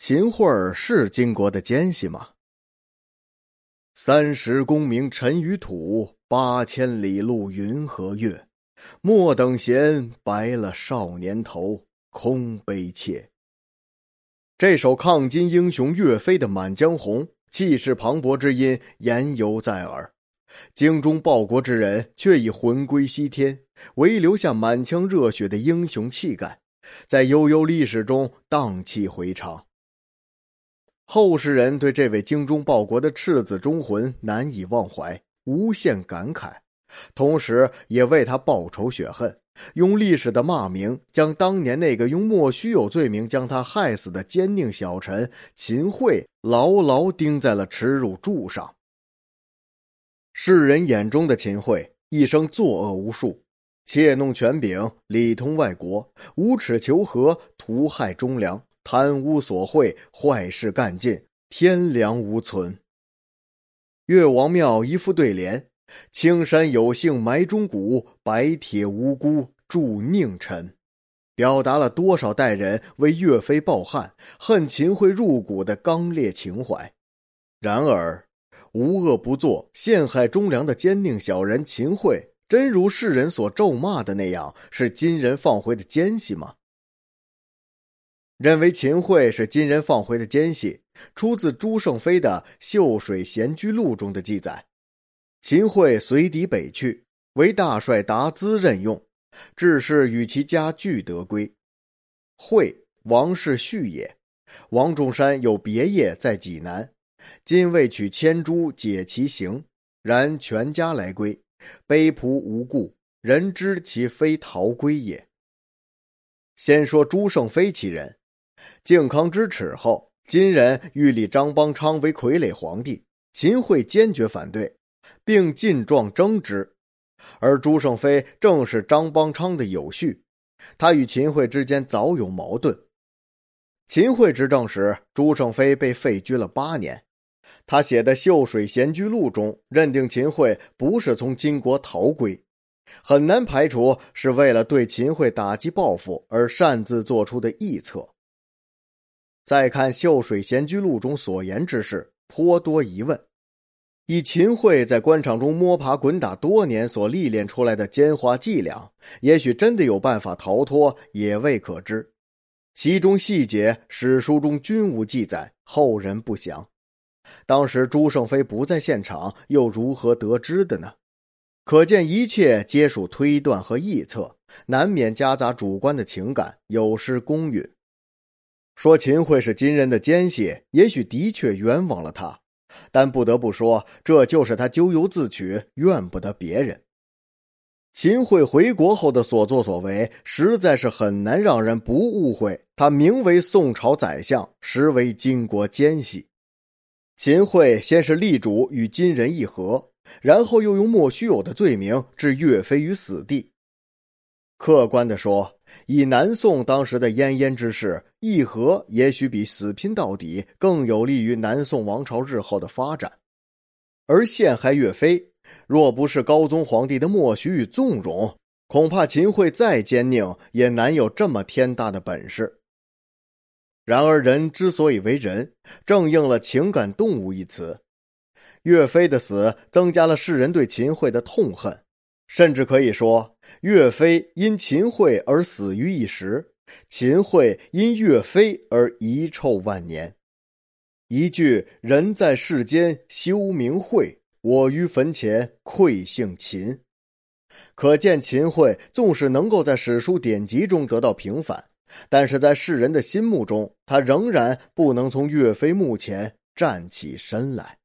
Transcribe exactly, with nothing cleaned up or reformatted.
秦桧儿是金国的奸细吗？三十功名尘与土，八千里路云和月。莫等闲，白了少年头，空悲切。这首抗金英雄岳飞的《满江红》，气势磅礴之音言犹在耳。精忠报国之人却已魂归西天，唯留下满腔热血的英雄气概，在悠悠历史中荡气回肠。后世人对这位精忠报国的赤子忠魂难以忘怀，无限感慨，同时也为他报仇雪恨，用历史的骂名将当年那个用莫须有罪名将他害死的奸佞小臣秦桧牢牢钉在了耻辱柱上。世人眼中的秦桧一生作恶无数，窃弄权柄，里通外国，无耻求和，屠害忠良，贪污索贿，坏事干尽，天良无存。岳王庙一副对联：青山有幸埋忠骨，白铁无辜铸佞臣，表达了多少代人为岳飞抱憾，恨秦桧入骨的刚烈情怀。然而无恶不作，陷害忠良的奸佞小人秦桧，真如世人所咒骂的那样，是金人放回的奸细吗？认为秦桧是金人放回的奸细，出自朱胜非的《秀水闲居录》中的记载。秦桧随敌北去，为大帅达资任用，致仕与其家俱得归。桧，王氏婿也。王中山有别业在济南，今为取千珠解其刑，然全家来归，卑仆无故，人知其非逃归也。先说朱胜非其人。靖康之耻后，金人欲立张邦昌为傀儡皇帝，秦桧坚决反对，并进状争之。而朱胜非正是张邦昌的友婿，他与秦桧之间早有矛盾。秦桧执政时，朱胜非被废居了八年。他写的《秀水闲居录》中认定秦桧不是从金国逃归，很难排除是为了对秦桧打击报复而擅自做出的臆测。再看《秀水闲居录》中所言之事，颇多疑问。以秦桧在官场中摸爬滚打多年所历练出来的奸猾伎俩，也许真的有办法逃脱，也未可知。其中细节史书中均无记载，后人不详。当时朱胜非不在现场，又如何得知的呢？可见一切皆属推断和臆测，难免夹杂主观的情感，有失公允。说秦桧是金人的奸细，也许的确冤枉了他，但不得不说，这就是他咎由自取，怨不得别人。秦桧回国后的所作所为，实在是很难让人不误会他名为宋朝宰相，实为金国奸细。秦桧先是力主与金人议和，然后又用莫须有的罪名置岳飞于死地。客观地说，以南宋当时的奄奄之势，议和也许比死拼到底更有利于南宋王朝日后的发展。而陷害岳飞，若不是高宗皇帝的默许与纵容，恐怕秦桧再奸佞也难有这么天大的本事。然而人之所以为人，正应了情感动物一词。岳飞的死增加了世人对秦桧的痛恨，甚至可以说，岳飞因秦桧而死于一时，秦桧因岳飞而遗臭万年。一句人在世间休明讳，我于坟前愧姓秦。可见秦桧纵使能够在史书典籍中得到平反，但是在世人的心目中，他仍然不能从岳飞墓前站起身来。